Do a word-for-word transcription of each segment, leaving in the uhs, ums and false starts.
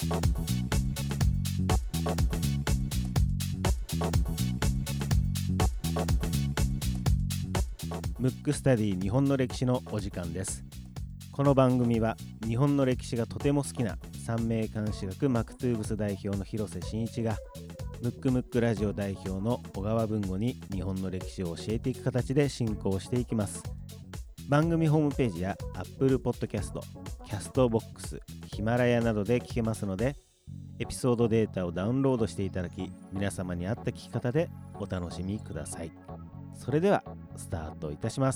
ムックスタディ日本の歴史のお時間です。この番組は日本の歴史がとても好きな三名監視学マクトゥーブス代表の広瀬真一がムックムックラジオ代表の小川文吾に日本の歴史を教えていく形で進行していきます。番組ホームページや Apple Podcast、Castbox、ヒマラヤなどで聞けますので、エピソードデータをダウンロードしていただき、皆様に合った聞き方でお楽しみください。それではスタートいたします。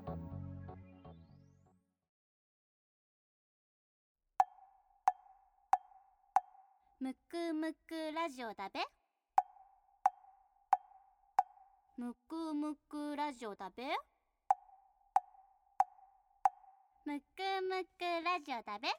むくむくラジオだべ。むくむくラジオだべ。むくむくラジオだべ。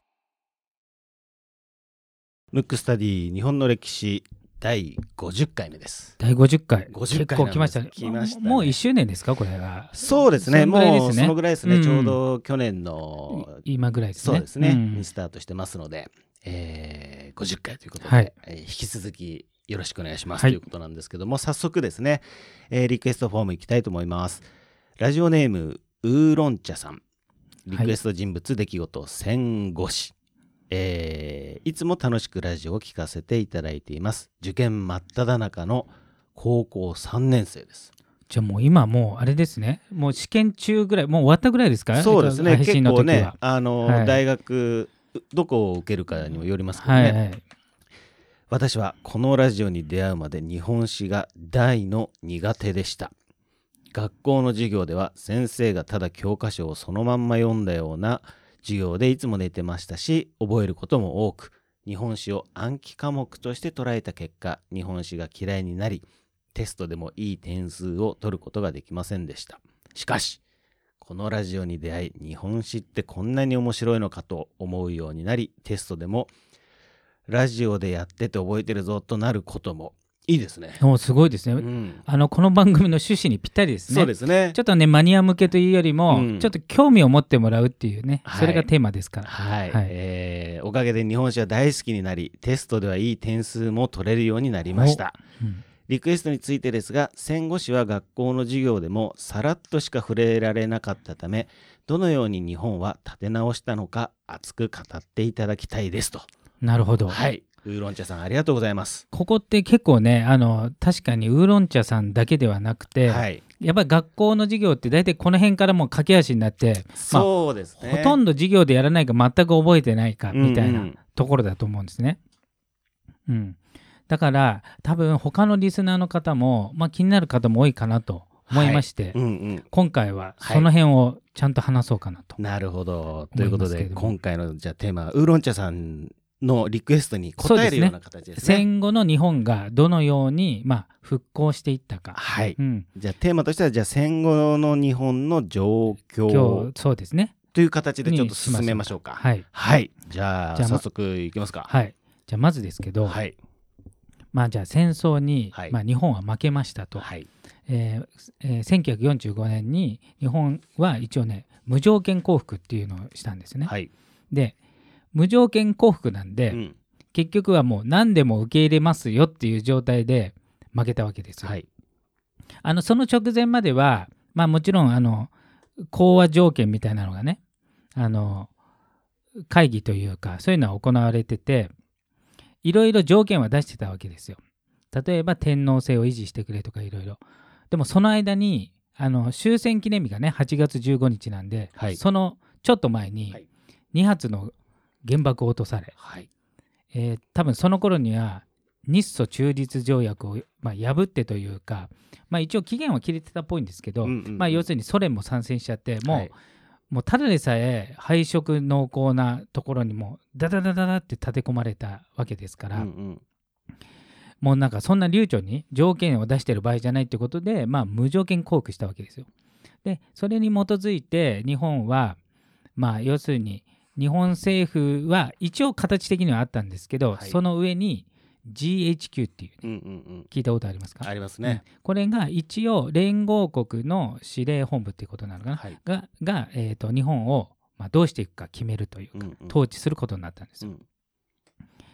ムックスタディ日本の歴史だいごじゅっかいめです。 だいごじゅっかい。 ごじゅっかい結構来ましたね。 来ましたね。 もういっしゅうねんですかこれが。 そうですね。 そのぐらいですねもうそのぐらいですね。 うんちょうど去年の今ぐらいですね。 そうですね、 うんにスタートしてますので、えーごじゅっかいということで、 はいえー引き続きよろしくお願いします、 はいということなんですけども、早速ですね、えーリクエストフォームいきたいと思います。ラジオネームウーロン茶さん、リクエスト人物、出来事戦後史、えーいつも楽しくラジオを聞かせていただいています。受験真っ只中の高校さんねん生です。 じゃあもう今もうあれですね。もう試験中ぐらい、もう終わったぐらいですか。 そうですね、 配信の時は結構ね、あの、 はい大学どこを受けるかにもよりますけどね、 はいはい。 私はこのラジオに出会うまで日本史が大の苦手でした。学校の授業では先生がただ教科書をそのまんま読んだような授業でいつも寝てましたし、覚えることも多く、日本史を暗記科目として捉えた結果、日本史が嫌いになり、テストでもいい点数を取ることができませんでした。しかしこのラジオに出会い、日本史ってこんなに面白いのかと思うようになり、テストでもラジオでやってて覚えてるぞとなることも。いいですね。 もうすごいですね、 うん、 あのこの番組の趣旨にぴったりですね。 そうですね。 ちょっとねマニア向けというよりも、 うんちょっと興味を持ってもらうっていうね、 はいそれがテーマですから。 はい、 はいえーおかげで日本史は大好きになり、テストではいい点数も取れるようになりました。 うんリクエストについてですが、戦後史は学校の授業でもさらっとしか触れられなかったため、どのように日本は立て直したのか熱く語っていただきたいですと。 なるほど。 はい、ウーロン茶さんありがとうございます。 ここって結構ね、あの確かにウーロン茶さんだけではなくて、 はい、 やっぱり学校の授業って大体この辺からもう駆け足になって、 そうですね、 ほとんど授業でやらないか全く覚えてないかみたいうんうなんところだと思うんですね。うん、だから多分他のリスナーの方も、まあ、気になる方も多いかなと思いまして、 はい、うんうん、 今回はその辺をちゃんと話そうかなと、 なるほど。ということで思いますけれども今回のじゃあテーマはウーロン茶さんのリクエストに応えるような形ですね。 戦後の日本がどのように、まあ、復興していったか、 はい、 うん、 じゃあテーマとしてはじゃあ戦後の日本の状今況日そうですねという形でちょっと進めましょうか。 はい、 はい、じゃあじゃあ早速いきますか。 はい、じゃあまずですけど、 はい、 まあ、じゃあ戦争に、 はい、 まあ、日本は負けましたと、 はい、 えーえーせんきゅうひゃくよんじゅうごねんに日本は一応ね無条件降伏っていうのをしたんですね、 はい、 で無条件降伏なんで、 うん、 結局はもう何でも受け入れますよっていう状態で負けたわけですよ、 はい、 あのその直前までは、まあ、もちろんあの講和条件みたいなのがねあの会議というかそういうのは行われてて、いろいろ条件は出してたわけですよ。例えば天皇制を維持してくれとかいろいろ。でもその間にあの終戦記念日がねはちがつじゅうごにちなんで、 はい、 そのちょっと前にはい、 にはつの原爆を落とされ、 はい、 えー多分その頃には日ソ中立条約を、まあ、破ってというか、まあ、一応期限は切れてたっぽいんですけど、 うんうんうん、 まあ、要するにソ連も参戦しちゃってもう、はい、もうただでさえ敗色濃厚なところにもダダダダダって立て込まれたわけですから、 うんうん、 もうなんかそんな流暢に条件を出してる場合じゃないってことで、まあ、無条件降伏したわけですよ。でそれに基づいて日本は、まあ、要するに日本政府は一応形的にはあったんですけど、はい、その上に ジーエイチキュー っていう、ね、 うんうんうん、 聞いたことありますか？ ありますね、 うん、これが一応連合国の司令本部っていうことなのかな、はい、が, が、えーと、日本を、まあ、どうしていくか決めるというか、うんうん、統治することになったんですよ、うん、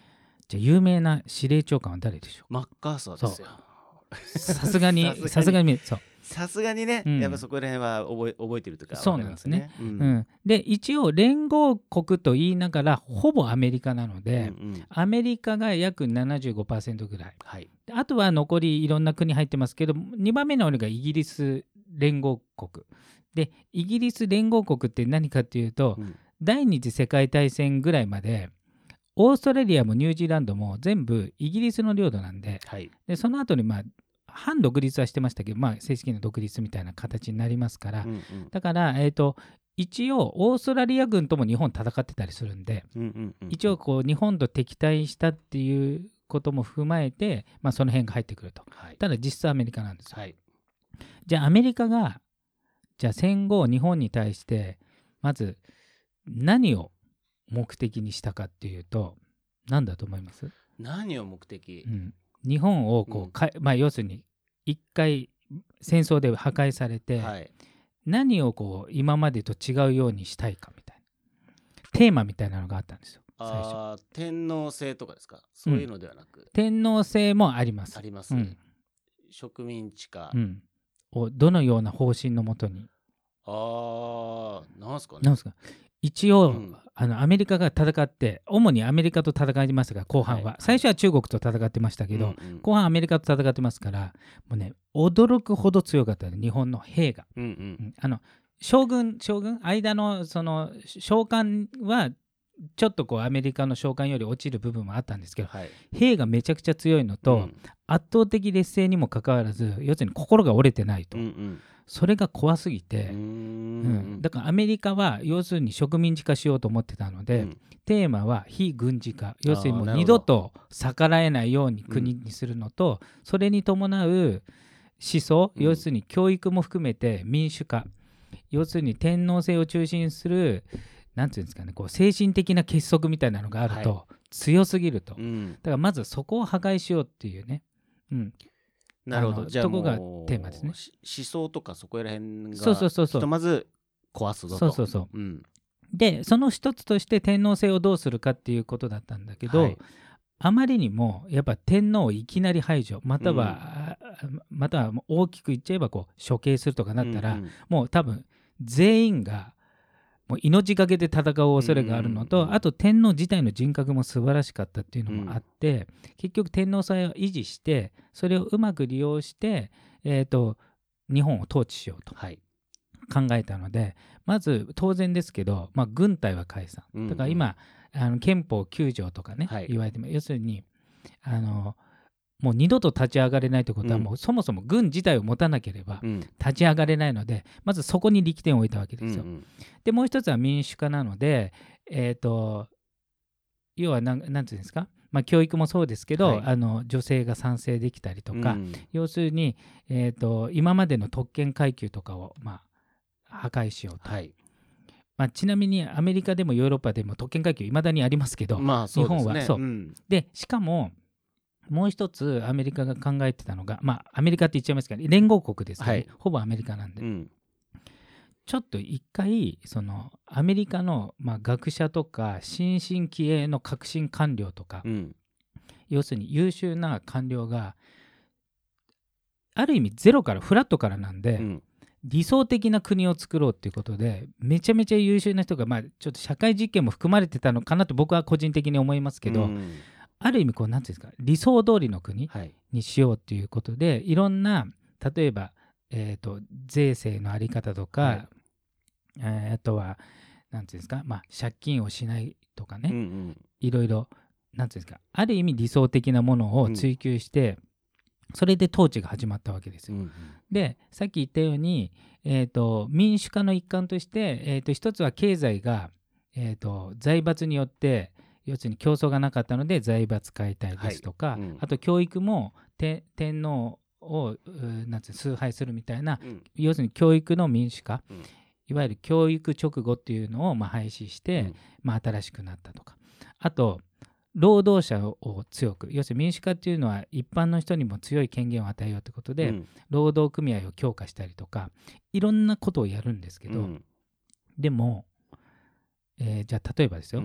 じゃあ有名な司令長官は誰でしょマッカーサーですよ。 う。さすがにさすがにさすがにそう、 さすがにね、 うんやっぱそこら辺は覚え覚えてるとかそうわかりますね。ううんん、で一応連合国と言いながらほぼアメリカなのうんで、 うんアメリカが約 ななじゅうごパーセント ぐらい、 はい。 であとは残りいろんな国入ってますけど、にばんめの俺がイギリス連合国で、イギリス連合国って何かっていうと、 うん第二次世界大戦ぐらいまでオーストラリアもニュージーランドも全部イギリスの領土なんで、 はい。 でその後にまあ反独立はしてましたけど、まあ、正式な独立みたいな形になりますから、 うんうんだから、えーと、一応オーストラリア軍とも日本戦ってたりするんで、 うんうんうん一応こう日本と敵対したっていうことも踏まえて、まあ、その辺が入ってくると。 はい。 ただ実質アメリカなんですよ。 はい。 じゃあアメリカがじゃあ戦後日本に対してまず何を目的にしたかっていうと何だと思います？ 何を目的う？ん、日本をこう、 うんかまあ、要するに一回戦争で破壊されて、 はい。 何をこう今までと違うようにしたいかみたいなテーマみたいなのがあったんですよ最初。 あー天皇制とかですか？そういうのではなく、 天皇制もあります。 あります、 うん植民地化、 うん、をどのような方針のもとにああなんすかね。 なんですか一応、 うんあのアメリカが戦って主にアメリカと戦いましたが後半は、 はい最初は中国と戦ってましたけど、 うんうん後半アメリカと戦ってますからもうね驚くほど強かったね日本の兵が、 うんううんんあの将軍将軍間のその将官はちょっとこうアメリカの将官より落ちる部分もあったんですけどはい。 兵がめちゃくちゃ強いのと、 うん圧倒的劣勢にもかかわらず要するに心が折れてないと、 うんうんそれが怖すぎて、 うーうんんだからアメリカは要するに植民地化しようと思ってたので、 うんテーマは非軍事化要するにもうあーなるほど二度と逆らえないように国にするのと、それに伴う思想、 うん要するに教育も含めて民主化要するに天皇制を中心にするなんていうんですかねこう精神的な結束みたいなのがあると、 は強すぎると、だうんからまずそこを破壊しようっていうね、うん、 なるほあのど。じゃあもうとこがテーマですねし思想とかそこら辺がそうそうそうそうひとまず壊すぞと。 そうそうそううんでその一つとして天皇制をどうするかっていうことだったんだけど、 はいあまりにもやっぱ天皇をいきなり排除または、あまたは大きく言っちゃえばこう処刑するとかなったら、 うんうんもう多分全員がもう命がけで戦う恐れがあるのと、 うんうんうんあと天皇自体の人格も素晴らしかったっていうのもあって、結局天皇制を維持してそれをうまく利用して、えー、と日本を統治しようとはい。 考えたのでまず当然ですけど、まあ、軍隊は解散、 うんうんだから今あの憲法きゅう条とかね、 はい言われても要するにあのもう二度と立ち上がれないということは、 うんもうそもそも軍自体を持たなければうん立ち上がれないのでまずそこに力点を置いたわけですよ。 うんうんでもう一つは民主化なので、えー、と要はなんなんていうんですか、まあ、教育もそうですけど、 はいあの女性が賛成できたりとか、 うん要するに、えー、と今までの特権階級とかを、まあ、破壊しようと、 はい。 まあ、ちなみにアメリカでもヨーロッパでも特権階級いまだにありますけど、 まあそうですね。 日本はそうんでしかももう一つアメリカが考えてたのが、まあ、アメリカって言っちゃいますけど連合国ですよね、 はいほぼアメリカなんで、 うんちょっと一回そのアメリカの、まあ、学者とか新進気鋭の革新官僚とか、 うん要するに優秀な官僚がある意味ゼロからフラットからなんで、 うん理想的な国を作ろうっていうことでめちゃめちゃ優秀な人が、まあ、ちょっと社会実験も含まれてたのかなと僕は個人的に思いますけど、 うんある意味こうなんていうんですか理想通りの国はいにしようっていうことでいろんな例えば、えー、と税制のあり方とか、 はいえーあとはなんていうんですか、まあ、借金をしないとかね、 うんうんいろいろなんていうんですかある意味理想的なものを追求して、それで統治が始まったわけですよ。 うんでさっき言ったように、えー、と民主化の一環として、えー、と一つは経済が、えー、と財閥によって要するに競争がなかったので財閥解体ですとか、 はいうんあと教育もて天皇をうーなんていうの崇拝するみたいなうん要するに教育の民主化、 うんいわゆる教育直後っていうのをまあ廃止して、 うんまあ、新しくなったとかあと労働者を強く要するに民主化っていうのは一般の人にも強い権限を与えようということで、 うん労働組合を強化したりとかいろんなことをやるんですけど、 うんでも、えーじゃあ例えばですよ、 うん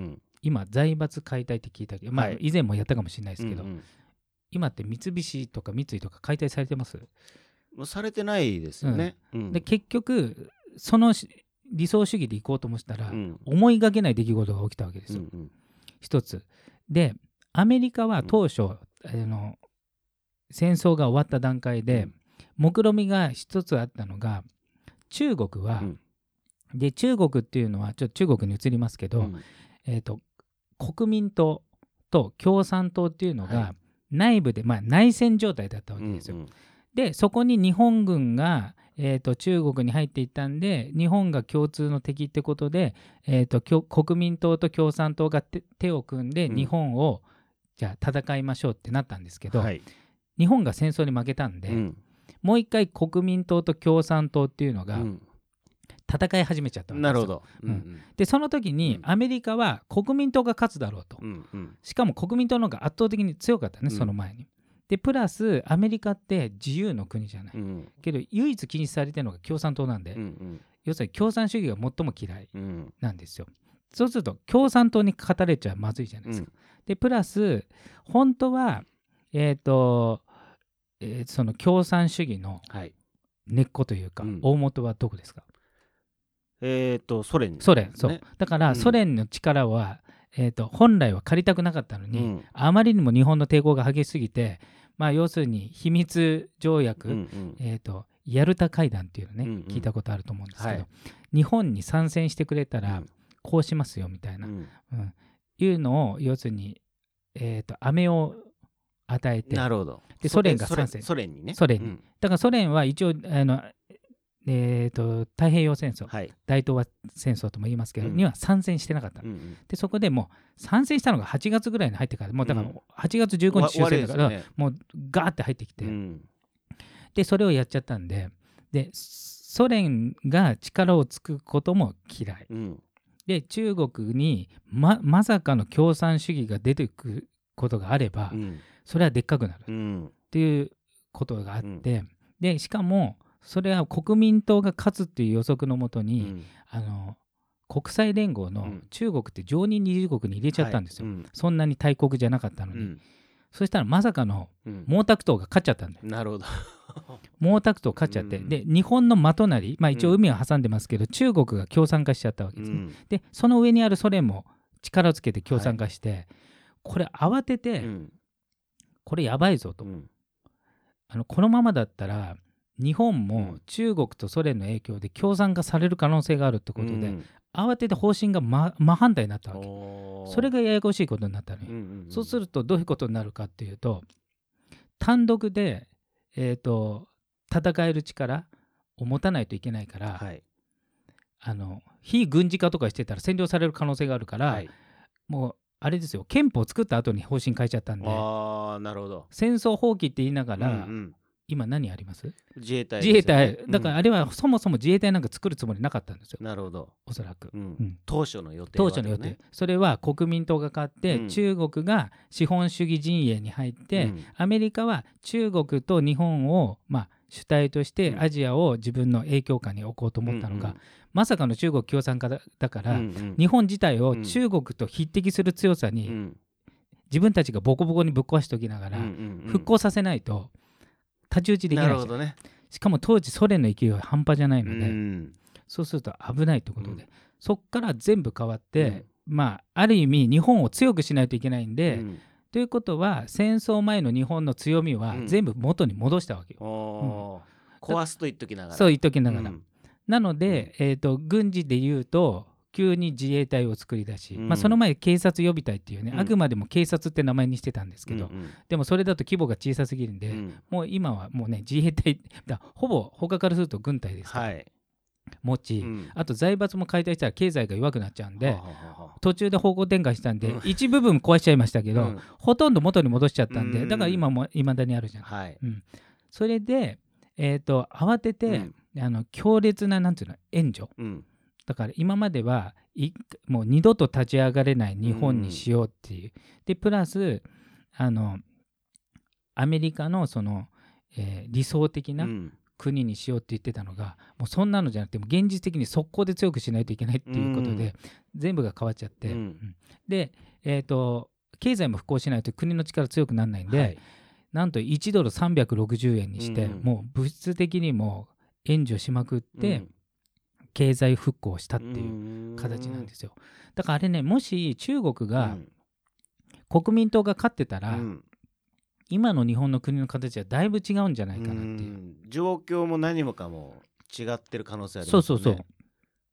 今財閥解体って聞いたけど、まあはい以前もやったかもしれないですけど、 うん今って三菱とか三井とか解体されてます、 うん、されてないですよね、うんで結局その理想主義でいこうと思ったら、 うん、 思いがけない出来事が起きたわけですよ、 うんうん、 一つでアメリカは当初、うん、あの戦争が終わった段階で、うん、目論みが一つあったのが中国は、うん、で中国っていうのはちょっと中国に移りますけど、うん、えーと、国民党と共産党っていうのが内部で、まあ、内戦状態だったわけですよ、うんうん、でそこに日本軍が、えーと、中国に入っていったんで日本が共通の敵ってことで、えーと、国民党と共産党が手を組んで日本を、うん、じゃあ戦いましょうってなったんですけど、はい、日本が戦争に負けたんで、うん、もう一回国民党と共産党っていうのが戦い始めちゃったわけですよ。なるほど、うんうん、でその時にアメリカは国民党が勝つだろうと、うんうん、しかも国民党の方が圧倒的に強かったね、うん、その前に。でプラスアメリカって自由の国じゃない、うん、けど唯一禁止されてるのが共産党なんで、うんうん、要するに共産主義が最も嫌いなんですよ、うん、そうすると共産党に勝たれちゃまずいじゃないですか、うん、でプラス本当はえっ、ー、と、えー、その共産主義の根っこというか、はい、大元はどこですか？ えーとソ連、ね、 ソ連、そうだからソ連の力は、うん、えーと本来は借りたくなかったのに、うん、あまりにも日本の抵抗が激しすぎて、まあ、要するに秘密条約、うんうん、えーとヤルタ会談っていうのね、うんうん、聞いたことあると思うんですけど、はい、日本に参戦してくれたらこうしますよみたいな、うんうん、いうのを要するに、えーと飴を与えて、 なるほど、 でソ連が参戦、 ソ連にね、 ソ連に、うん、だからソ連は一応あのえー、と太平洋戦争、はい、大東亜戦争とも言いますけど、うん、には参戦してなかった、うんうん、でそこでもう参戦したのがはちがつぐらいに入ってから、もうだからはちがつじゅうごにち終戦だから、うんね、もうガーって入ってきて、うん、でそれをやっちゃったんで、でソ連が力をつくことも嫌い、うん、で中国に ま, まさかの共産主義が出てくることがあれば、うん、それはでっかくなるっていうことがあって、うん、でしかもそれは国民党が勝つっていう予測のもとに、うん、あの国際連合の中国って常任理事国に入れちゃったんですよ、はい、うん、そんなに大国じゃなかったのに、うん、そしたらまさかの毛沢東が勝っちゃったんだよ、うん、 なるほど毛沢東勝っちゃって、うん、で日本の真隣、まあ、一応海は挟んでますけど、うん、中国が共産化しちゃったわけですね、うん、でその上にあるソ連も力をつけて共産化して、はい、これ慌てて、うん、これやばいぞと、うん、あのこのままだったら日本も中国とソ連の影響で共産化される可能性があるってことで、うん、慌てて方針が 真, 真反対になったわけ。それがややこしいことになったのよ、うんうんうん、そうするとどういうことになるかっていうと、単独で、えーと、戦える力を持たないといけないから、はい、あの非軍事化とかしてたら占領される可能性があるから、はい、もうあれですよ、憲法を作った後に方針変えちゃったんで、 あ、なるほど、 戦争放棄って言いながら、うんうん、今何あります？ 自衛隊、 ね、自衛隊だからあれはそもそも自衛隊なんか作るつもりなかったんですよ。 なるほど、 おそらく、 うんうん、当初の予定は、ね、 当初の予定、それは国民党が勝って、うん、中国が資本主義陣営に入って、うん、アメリカは中国と日本を、まあ、主体としてアジアを自分の影響下に置こうと思ったのが、うんうん、まさかの中国共産化 だ, だから、うんうん、日本自体を中国と匹敵する強さに、うん、自分たちがボコボコにぶっ壊しておきながら、うんうんうん、復興させないと太刀打ちできない。なるほどね。しかも当時ソ連の勢いは半端じゃないので、うん、そうすると危ないということで、うん、そっから全部変わって、うん、まあある意味日本を強くしないといけないんで、うん、ということは戦争前の日本の強みは全部元に戻したわけよ、うん、 壊すと言っときながら、 そう言っときながら、うん、なので、えーと、軍事で言うと急に自衛隊を作り出し、うんまあ、その前警察予備隊っていうね、うん、あくまでも警察って名前にしてたんですけど、うんうん、でもそれだと規模が小さすぎるんで、うん、もう今はもうね自衛隊だ、ほぼ他からすると軍隊ですから、はい、持ち、うん、あと財閥も解体したら経済が弱くなっちゃうんで、ははは途中で方向転換したんで、うん、一部分壊しちゃいましたけど、うん、ほとんど元に戻しちゃったんで、うん、だから今も未だにあるじゃん、はいうん、それで、えーと、慌てて、うん、あの強烈ななんていうの援助、うんだから今まではいもう二度と立ち上がれない日本にしようっていう、うん、でプラスあのアメリカのその、えー、理想的な国にしようって言ってたのが、もうそんなのじゃなくても現実的に速攻で強くしないといけないっていうことで、うん、全部が変わっちゃって、うん、で、えーと、経済も復興しないと国の力強くならないんで、はい、なんといちドルさんびゃくろくじゅうえんにして、うん、もう物質的にも援助しまくって、うん、経済復興したっていう形なんですよ。だからあれね、もし中国が、うん、国民党が勝ってたら、うん、今の日本の国の形はだいぶ違うんじゃないかなっていう、うん、 状況も何もかも違ってる可能性ありますよね。 そうそうそう。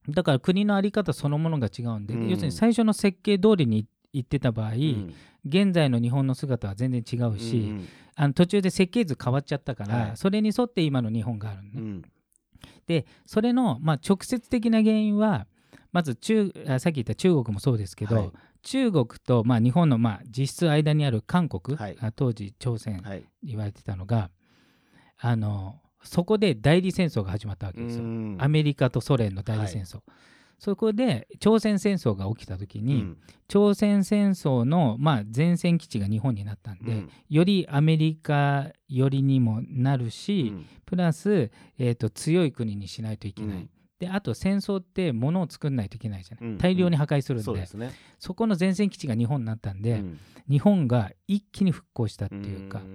だから国の在り方そのものが違うんで、うん、要するに最初の設計通りに言ってた場合、うん、現在の日本の姿は全然違うし、うん、あの途中で設計図変わっちゃったから、はい、それに沿って今の日本があるのね、うん、でそれの、まあ、直接的な原因はまず中あさっき言った中国もそうですけど、はい、中国と、まあ、日本の、まあ、実質間にある韓国、はい、当時朝鮮言われてたのが、はい、あのそこで代理戦争が始まったわけですよ。アメリカとソ連の代理戦争、はい、そこで朝鮮戦争が起きた時に、うん、朝鮮戦争の、まあ、前線基地が日本になったんで、うん、よりアメリカ寄りにもなるし、うん、プラス、えーと、強い国にしないといけない、うん、であと戦争って物を作んないといけないじゃない、うん、大量に破壊するんで、うん そ, うですね、そこの前線基地が日本になったんで、うん、日本が一気に復興したっていうか、うん、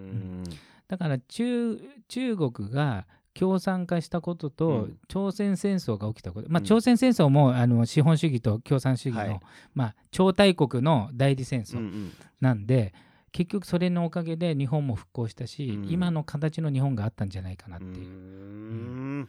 だから 中, 中国が共産化したことと、うん、朝鮮戦争が起きたこと、まあ、朝鮮戦争もあの資本主義と共産主義の、はい、まあ、超大国の代理戦争なんで、うんうん、結局それのおかげで日本も復興したし、うん、今の形の日本があったんじゃないかなっていう、うん、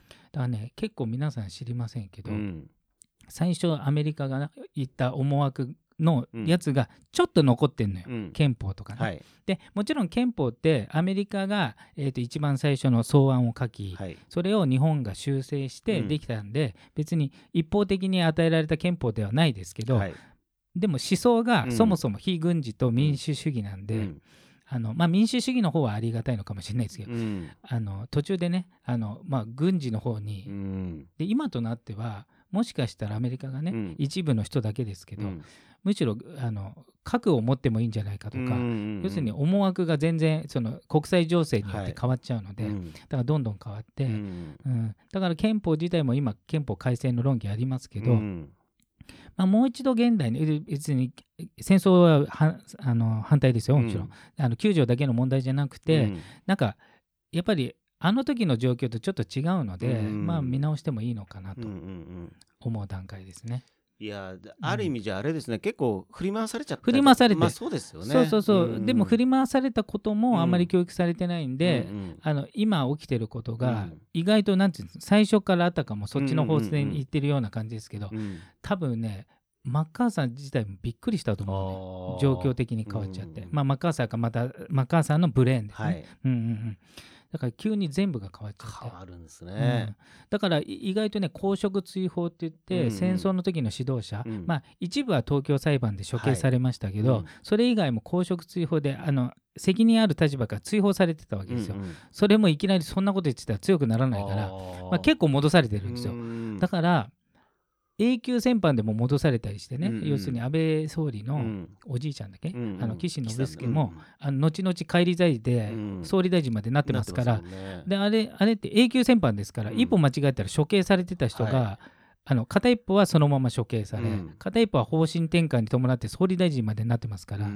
だからね結構皆さん知りませんけど、うん、最初アメリカが言った思惑のやつがちょっと残ってんのよ、うん、憲法とかね、はい、でもちろん憲法ってアメリカが、えーと一番最初の草案を書き、はい、それを日本が修正してできたんで、うん、別に一方的に与えられた憲法ではないですけど、はい、でも思想がそもそも非軍事と民主主義なんで、うんうんあのまあ、民主主義の方はありがたいのかもしれないですけど、うん、あの途中でねあの、まあ、軍事の方に、うん、で今となってはもしかしたらアメリカがね、うん、一部の人だけですけど、うん、むしろあの核を持ってもいいんじゃないかとか、うんうんうん、要するに思惑が全然その国際情勢によって変わっちゃうので、はい、だからどんどん変わって、うんうん、だから憲法自体も今憲法改正の論議ありますけど、うんまあ、もう一度現代に別に戦争ははあの反対ですよもちろん、うん、あのきゅう条だけの問題じゃなくて、うん、なんかやっぱりあの時の状況とちょっと違うので、うん、まあ見直してもいいのかなと思う段階ですね。 いやある意味じゃあれですね、うん、結構振り回されちゃった振り回されて、 まあそうですよね。 そうそうそう、うんうん、でも振り回されたこともあんまり教育されてないんで、うんうん、あの今起きてることが意外となんていうんですか、最初からあったかもそっちの方向に行ってるような感じですけど、うんうんうん、多分ねマッカーサー自体もびっくりしたと思うね、状況的に変わっちゃって、うんまあ、マッカーサーかまたマッカーサーのブレーンですね、はいうんうんうん、だから急に全部が変わっちゃって変わるんですね、うん、 だから意外とね公職追放って言って、うんうん、戦争の時の指導者、うんまあ、一部は東京裁判で処刑されましたけど、はいうん、それ以外も公職追放であの責任ある立場から追放されてたわけですよ、うんうん、それもいきなりそんなこと言ってたら強くならないから、まあ、結構戻されてるんですよ。だから永久戦犯でも戻されたりしてね、うんうん、要するに安倍総理のおじいちゃんだっけ、うんうん、あの岸信介も、うん、あの後々返り咲いて総理大臣までなってますから、うんね、であれ、あれって永久戦犯ですから、うん、一歩間違えたら処刑されてた人が、はい、あの片一歩はそのまま処刑され、うん、片一歩は方針転換に伴って総理大臣までなってますから、うん、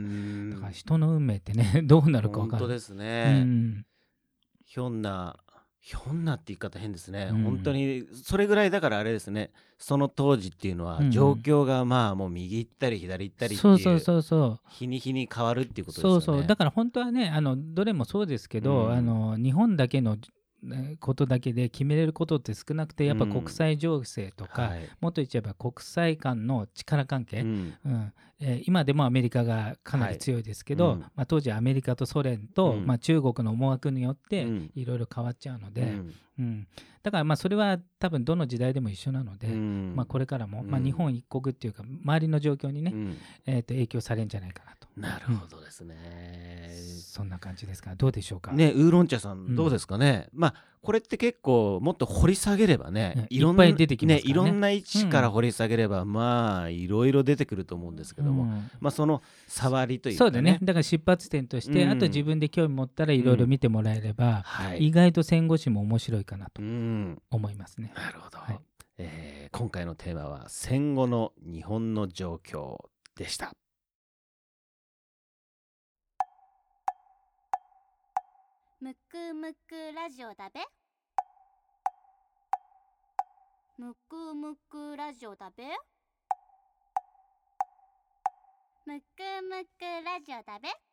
だから人の運命ってねどうなるか分からない。 本当ですね、うん、ひょんなひょんなって言い方変ですね、うん、本当にそれぐらいだからあれですね、その当時っていうのは状況がまあもう右行ったり左行ったりっていう、そうそうそう日に日に変わるっていうことですよね。 そうそうだから本当はねあのどれもそうですけど、うん、あの日本だけのことだけで決めれることって少なくて、やっぱ国際情勢とか、うんはい、もっと言っちゃえば国際間の力関係、うんうんえー、今でもアメリカがかなり強いですけど、はいうんまあ、当時アメリカとソ連と、うんまあ、中国の思惑によっていろいろ変わっちゃうので、うんうん、だからまあそれは多分どの時代でも一緒なので、うんまあ、これからも、まあ、日本一国っていうか周りの状況にね、うんえー、と影響されるんじゃないかなと。 なるほどですね、 うん、そんな感じですか。どうでしょうかね。ウーロン茶さんどうですかね、うん、まあこれって結構もっと掘り下げればね、 ねいろんないっぱい出てきますからねいろんな位置から掘り下げれば、まあいろいろ出てくると思うんですけども、 うんまあその触りというかね。 そうだね。だから出発点として、 うんあと自分で興味持ったらいろいろ見てもらえれば、 はい。 意外と戦後史も面白いかなとうん。 思いますね。 なるほど、 はいえー今回のテーマは戦後の日本の状況でした。 むくむくラジオだべ。むくむくラジオだべ。むくむくラジオだべ。